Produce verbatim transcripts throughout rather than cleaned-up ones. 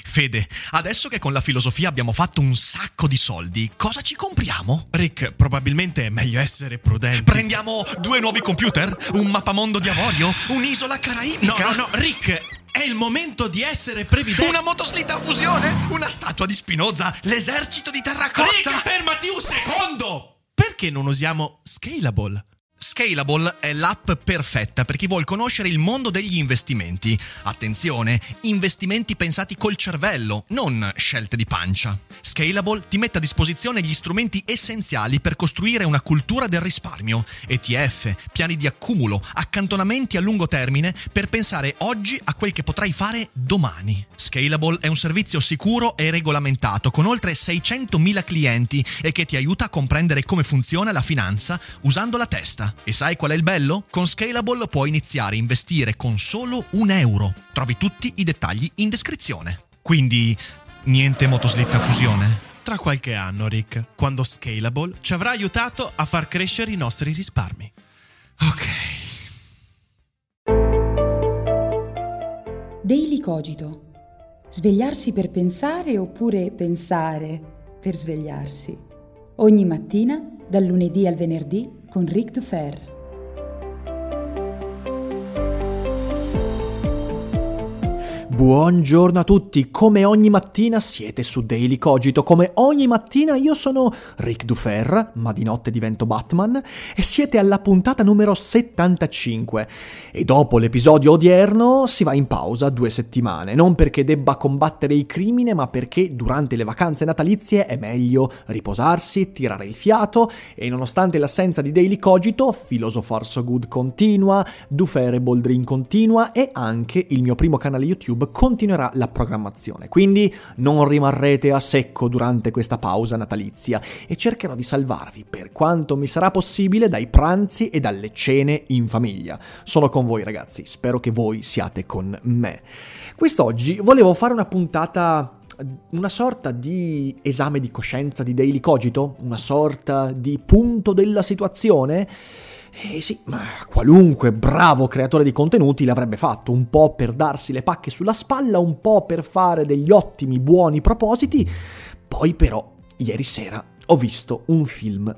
Fede, adesso che con la filosofia abbiamo fatto un sacco di soldi, cosa ci compriamo? Rick, probabilmente è meglio essere prudenti. Prendiamo due nuovi computer? Un mappamondo di avorio? Un'isola caraibica? No, no, no, Rick, è il momento di essere previdenti. Una motoslitta a fusione? Una statua di Spinoza? L'esercito di terracotta? Rick, fermati un secondo! Perché non usiamo Scalable? Scalable è l'app perfetta per chi vuol conoscere il mondo degli investimenti. Attenzione, investimenti pensati col cervello, non scelte di pancia. Scalable ti mette a disposizione gli strumenti essenziali per costruire una cultura del risparmio, E T F, piani di accumulo, accantonamenti a lungo termine per pensare oggi a quel che potrai fare domani. Scalable è un servizio sicuro e regolamentato con oltre seicentomila clienti e che ti aiuta a comprendere come funziona la finanza usando la testa. E sai qual è il bello? Con Scalable puoi iniziare a investire con solo un euro. Trovi tutti i dettagli in descrizione. Quindi, niente motoslitta a fusione? Tra qualche anno, Rick, quando Scalable ci avrà aiutato a far crescere i nostri risparmi. Ok. Daily Cogito. Svegliarsi per pensare oppure pensare per svegliarsi. Ogni mattina, dal lunedì al venerdì, con Rick Dufer. Buongiorno a tutti, come ogni mattina siete su Daily Cogito, come ogni mattina io sono Rick Dufer, ma di notte divento Batman, e siete alla puntata numero settantacinque. E dopo l'episodio odierno si va in pausa due settimane, non perché debba combattere il crimine, ma perché durante le vacanze natalizie è meglio riposarsi, tirare il fiato, e nonostante l'assenza di Daily Cogito, Philosopher So Good continua, Dufer e Boldrin continua, e anche il mio primo canale YouTube continuerà la programmazione, quindi non rimarrete a secco durante questa pausa natalizia e cercherò di salvarvi per quanto mi sarà possibile dai pranzi e dalle cene in famiglia. Sono con voi ragazzi, spero che voi siate con me. Quest'oggi volevo fare una puntata, una sorta di esame di coscienza di Daily Cogito, una sorta di punto della situazione. Eh sì, ma qualunque bravo creatore di contenuti l'avrebbe fatto, un po' per darsi le pacche sulla spalla, un po' per fare degli ottimi, buoni propositi. Poi però, ieri sera, ho visto un film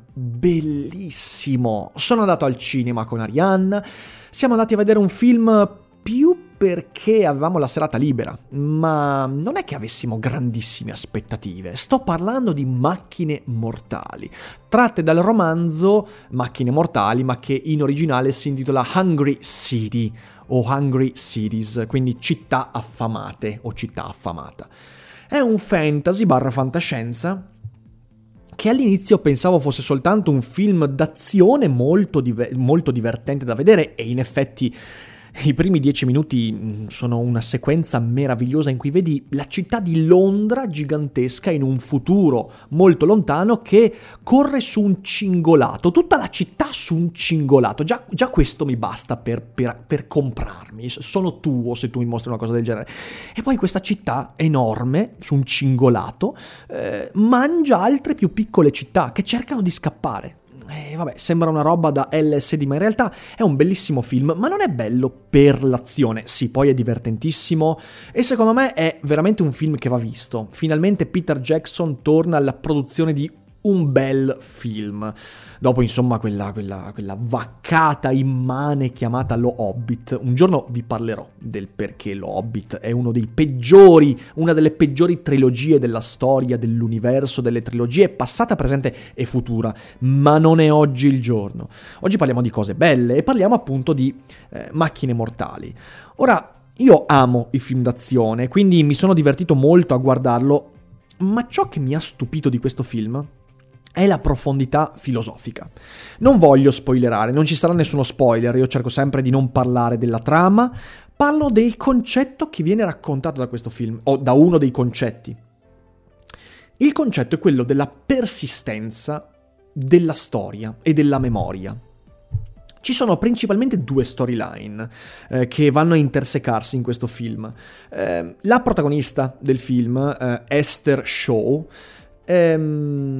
bellissimo. Sono andato al cinema con Arianna, siamo andati a vedere un film più perché avevamo la serata libera, ma non è che avessimo grandissime aspettative. Sto parlando di Macchine Mortali, tratte dal romanzo Macchine Mortali, ma che in originale si intitola Hungry City o Hungry Cities, quindi città affamate o città affamata. È un fantasy barra fantascienza che all'inizio pensavo fosse soltanto un film d'azione molto, diver- molto divertente da vedere, e in effetti i primi dieci minuti sono una sequenza meravigliosa in cui vedi la città di Londra gigantesca in un futuro molto lontano che corre su un cingolato, tutta la città su un cingolato. Già, già questo mi basta per, per, per comprarmi, sono tuo se tu mi mostri una cosa del genere. E poi questa città enorme su un cingolato eh, mangia altre più piccole città che cercano di scappare. Eh, vabbè, sembra una roba da L S D, ma in realtà è un bellissimo film, ma non è bello per l'azione. Sì, poi è divertentissimo e secondo me è veramente un film che va visto. Finalmente Peter Jackson torna alla produzione di un bel film, dopo insomma quella, quella, quella vaccata immane chiamata Lo Hobbit. Un giorno vi parlerò del perché Lo Hobbit è uno dei peggiori, una delle peggiori trilogie della storia, dell'universo, delle trilogie passata, presente e futura, ma non è oggi il giorno. Oggi parliamo di cose belle e parliamo appunto di eh, Macchine Mortali. Ora, io amo i film d'azione, quindi mi sono divertito molto a guardarlo, ma ciò che mi ha stupito di questo film è la profondità filosofica. Non voglio spoilerare, non ci sarà nessuno spoiler, io cerco sempre di non parlare della trama, parlo del concetto che viene raccontato da questo film, o da uno dei concetti. Il concetto è quello della persistenza della storia e della memoria. Ci sono principalmente due storyline eh, che vanno a intersecarsi in questo film. Eh, la protagonista del film, eh, Esther Shaw, ehm,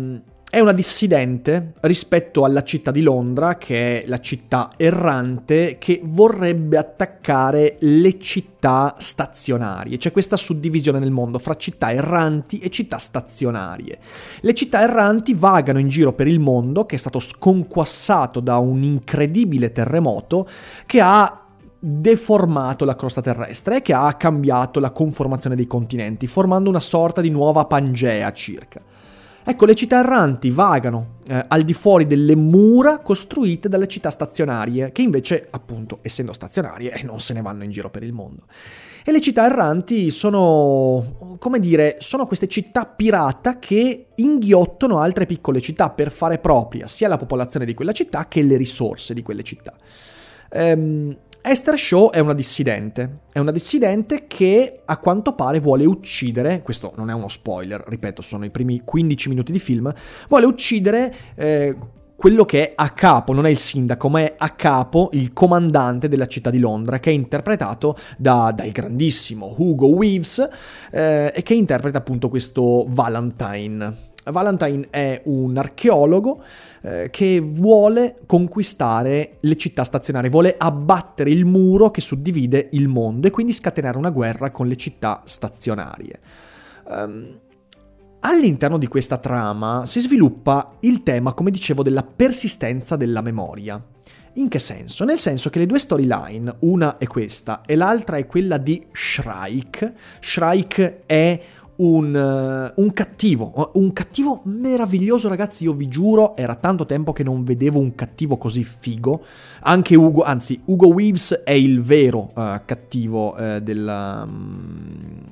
è una dissidente rispetto alla città di Londra, che è la città errante che vorrebbe attaccare le città stazionarie. C'è questa suddivisione nel mondo fra città erranti e città stazionarie. Le città erranti vagano in giro per il mondo, che è stato sconquassato da un incredibile terremoto che ha deformato la crosta terrestre e che ha cambiato la conformazione dei continenti, formando una sorta di nuova Pangea circa. Ecco, le città erranti vagano eh, al di fuori delle mura costruite dalle città stazionarie, che invece, appunto, essendo stazionarie, eh, non se ne vanno in giro per il mondo. E le città erranti sono, come dire, sono queste città pirata che inghiottono altre piccole città per fare propria sia la popolazione di quella città che le risorse di quelle città. Ehm... Esther Shaw è una dissidente, è una dissidente che a quanto pare vuole uccidere, questo non è uno spoiler, ripeto, sono i primi quindici minuti di film, vuole uccidere eh, quello che è a capo, non è il sindaco, ma è a capo il comandante della città di Londra, che è interpretato da, dal grandissimo Hugo Weaving eh, e che interpreta appunto questo Valentine. Valentine è un archeologo eh, che vuole conquistare le città stazionarie, vuole abbattere il muro che suddivide il mondo e quindi scatenare una guerra con le città stazionarie. Um, all'interno di questa trama si sviluppa il tema, come dicevo, della persistenza della memoria. In che senso? Nel senso che le due storyline, una è questa e l'altra è quella di Shrike. Shrike è Un, uh, un cattivo, un cattivo meraviglioso, ragazzi, io vi giuro, era tanto tempo che non vedevo un cattivo così figo. Anche Ugo, anzi, Hugo Weaving è il vero uh, cattivo uh, della... Um...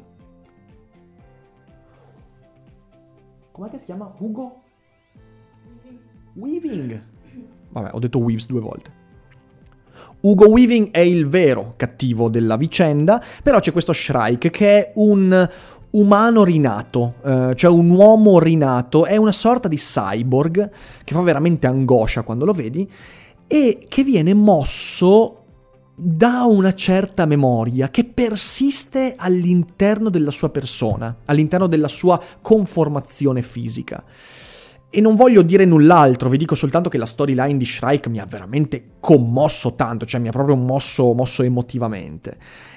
Com'è che si chiama? Hugo? Weaving. Vabbè, ho detto Weaves due volte. Hugo Weaving è il vero cattivo della vicenda, però c'è questo Shrike che è un umano rinato, eh, cioè un uomo rinato, è una sorta di cyborg che fa veramente angoscia quando lo vedi e che viene mosso da una certa memoria che persiste all'interno della sua persona, all'interno della sua conformazione fisica. E non voglio dire null'altro, vi dico soltanto che la storyline di Shrike mi ha veramente commosso tanto, cioè mi ha proprio mosso, mosso emotivamente.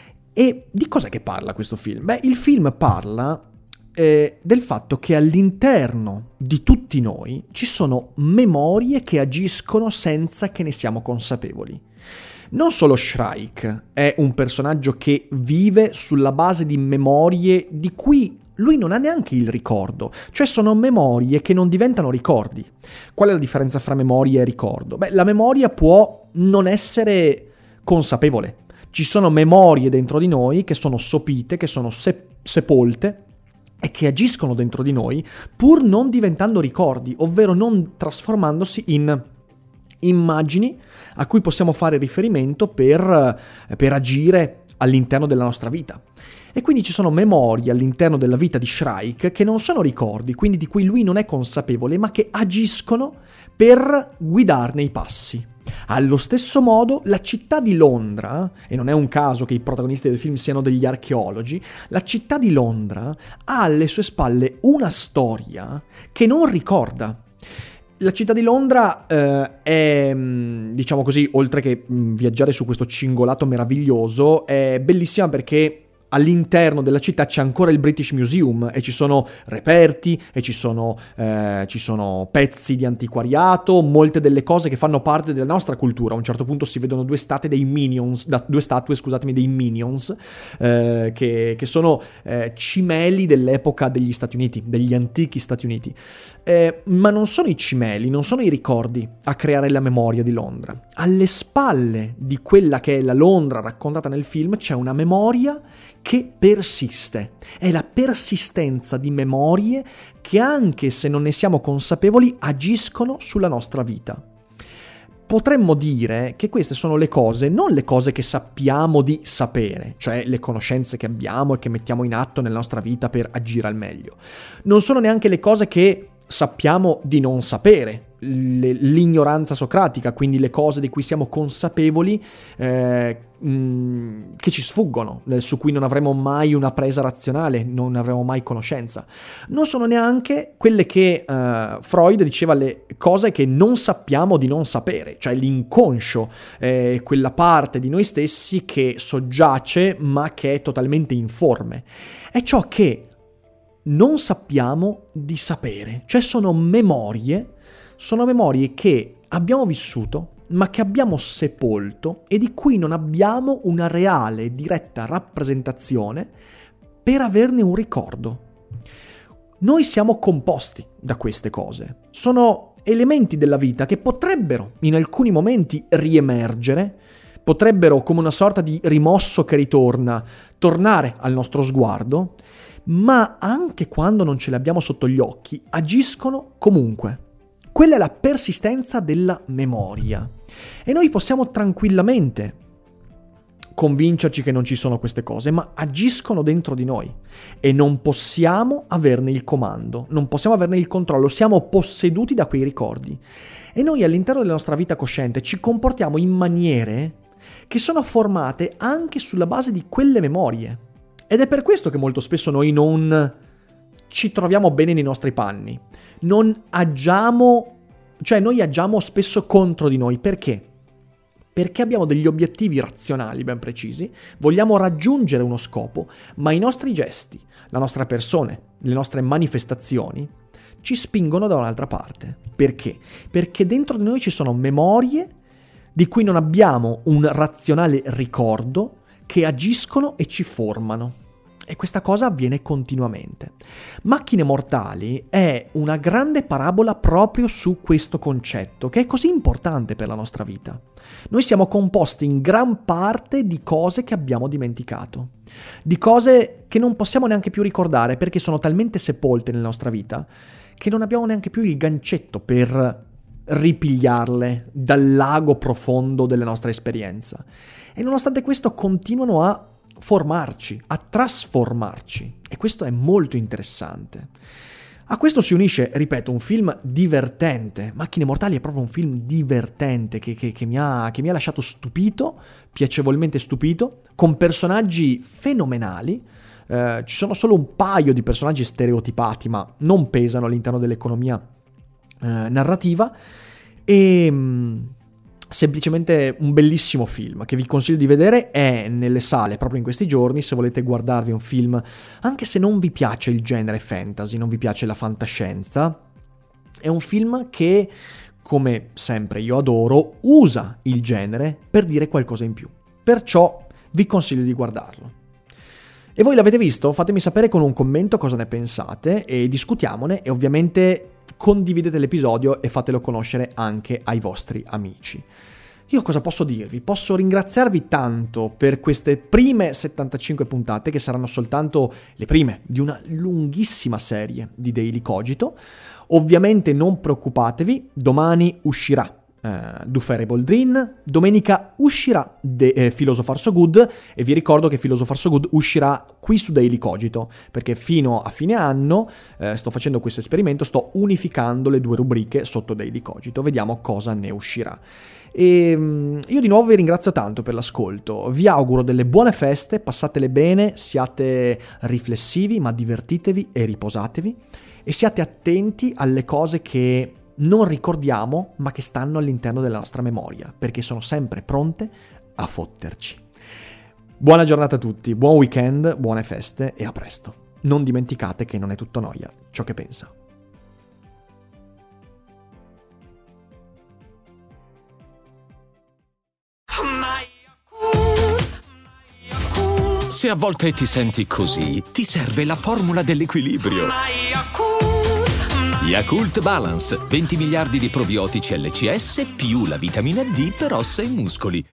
E di cos'è che parla questo film? Beh, il film parla eh, del fatto che all'interno di tutti noi ci sono memorie che agiscono senza che ne siamo consapevoli. Non solo Shrike è un personaggio che vive sulla base di memorie di cui lui non ha neanche il ricordo, cioè sono memorie che non diventano ricordi. Qual è la differenza fra memoria e ricordo? Beh, la memoria può non essere consapevole. Ci sono memorie dentro di noi che sono sopite, che sono se- sepolte e che agiscono dentro di noi pur non diventando ricordi, ovvero non trasformandosi in immagini a cui possiamo fare riferimento per, per agire all'interno della nostra vita. E quindi ci sono memorie all'interno della vita di Shrike che non sono ricordi, quindi di cui lui non è consapevole, ma che agiscono per guidarne i passi. Allo stesso modo, la città di Londra, e non è un caso che i protagonisti del film siano degli archeologi, la città di Londra ha alle sue spalle una storia che non ricorda. La città di Londra eh, è, diciamo così, oltre che mh, viaggiare su questo cingolato meraviglioso, è bellissima perché all'interno della città c'è ancora il British Museum e ci sono reperti e ci sono, eh, ci sono pezzi di antiquariato, molte delle cose che fanno parte della nostra cultura. A un certo punto si vedono due statue dei Minions, da, due statue, scusatemi, dei Minions, eh, che, che sono eh, cimeli dell'epoca degli Stati Uniti, degli antichi Stati Uniti. Eh, ma non sono i cimeli, non sono i ricordi a creare la memoria di Londra. Alle spalle di quella che è la Londra raccontata nel film c'è una memoria che persiste. È la persistenza di memorie che, anche se non ne siamo consapevoli, agiscono sulla nostra vita. Potremmo dire che queste sono le cose, non le cose che sappiamo di sapere, cioè le conoscenze che abbiamo e che mettiamo in atto nella nostra vita per agire al meglio. Non sono neanche le cose che sappiamo di non sapere, le, l'ignoranza socratica, quindi le cose di cui siamo consapevoli eh, mh, che ci sfuggono, eh, su cui non avremo mai una presa razionale, non avremo mai conoscenza. Non sono neanche quelle che eh, Freud diceva le cose che non sappiamo di non sapere, cioè l'inconscio, eh, quella parte di noi stessi che soggiace ma che è totalmente informe. È ciò che non sappiamo di sapere, cioè sono memorie, sono memorie che abbiamo vissuto, ma che abbiamo sepolto e di cui non abbiamo una reale, diretta rappresentazione per averne un ricordo. Noi siamo composti da queste cose, sono elementi della vita che potrebbero in alcuni momenti riemergere, potrebbero come una sorta di rimosso che ritorna, tornare al nostro sguardo, ma anche quando non ce le abbiamo sotto gli occhi, agiscono comunque. Quella è la persistenza della memoria. E noi possiamo tranquillamente convincerci che non ci sono queste cose, ma agiscono dentro di noi e non possiamo averne il comando, non possiamo averne il controllo, siamo posseduti da quei ricordi. E noi all'interno della nostra vita cosciente ci comportiamo in maniere che sono formate anche sulla base di quelle memorie. Ed è per questo che molto spesso noi non ci troviamo bene nei nostri panni, non agiamo, cioè noi agiamo spesso contro di noi. Perché? Perché abbiamo degli obiettivi razionali ben precisi, vogliamo raggiungere uno scopo, ma i nostri gesti, la nostra persona, le nostre manifestazioni ci spingono da un'altra parte. Perché? Perché dentro di noi ci sono memorie di cui non abbiamo un razionale ricordo che agiscono e ci formano. E questa cosa avviene continuamente. Macchine Mortali è una grande parabola proprio su questo concetto, che è così importante per la nostra vita. Noi siamo composti in gran parte di cose che abbiamo dimenticato, di cose che non possiamo neanche più ricordare perché sono talmente sepolte nella nostra vita che non abbiamo neanche più il gancetto per ripigliarle dal lago profondo della nostra esperienza. E nonostante questo continuano a formarci, a trasformarci, e questo è molto interessante. A questo si unisce, ripeto, un film divertente. Macchine Mortali è proprio un film divertente che, che, che, mi ha, che mi ha lasciato stupito, piacevolmente stupito, con personaggi fenomenali. Eh, ci sono solo un paio di personaggi stereotipati, ma non pesano all'interno dell'economia eh, narrativa, e mh, semplicemente un bellissimo film che vi consiglio di vedere. È nelle sale proprio in questi giorni, se volete guardarvi un film, anche se non vi piace il genere fantasy, non vi piace la fantascienza, è un film che, come sempre io adoro, usa il genere per dire qualcosa in più. Perciò vi consiglio di guardarlo. E voi l'avete visto? Fatemi sapere con un commento cosa ne pensate e discutiamone, e ovviamente condividete l'episodio e fatelo conoscere anche ai vostri amici. Io cosa posso dirvi? Posso ringraziarvi tanto per queste prime settantacinque puntate, che saranno soltanto le prime di una lunghissima serie di Daily Cogito. Ovviamente non preoccupatevi, domani uscirà Uh, Duffer e Boldrin, domenica uscirà The, eh, Philosopher So Good, e vi ricordo che Philosopher So Good uscirà qui su Daily Cogito, perché fino a fine anno eh, sto facendo questo esperimento, sto unificando le due rubriche sotto Daily Cogito, vediamo cosa ne uscirà. E um, io di nuovo vi ringrazio tanto per l'ascolto, vi auguro delle buone feste, passatele bene, siate riflessivi ma divertitevi e riposatevi, e siate attenti alle cose che non ricordiamo ma che stanno all'interno della nostra memoria, perché sono sempre pronte a fotterci. Buona giornata a tutti, buon weekend, buone feste e a presto. Non dimenticate che non è tutto noia ciò che pensa. Se a volte ti senti così, ti serve la formula dell'equilibrio. Yakult Balance, venti miliardi di probiotici L C S più la vitamina D per ossa e muscoli.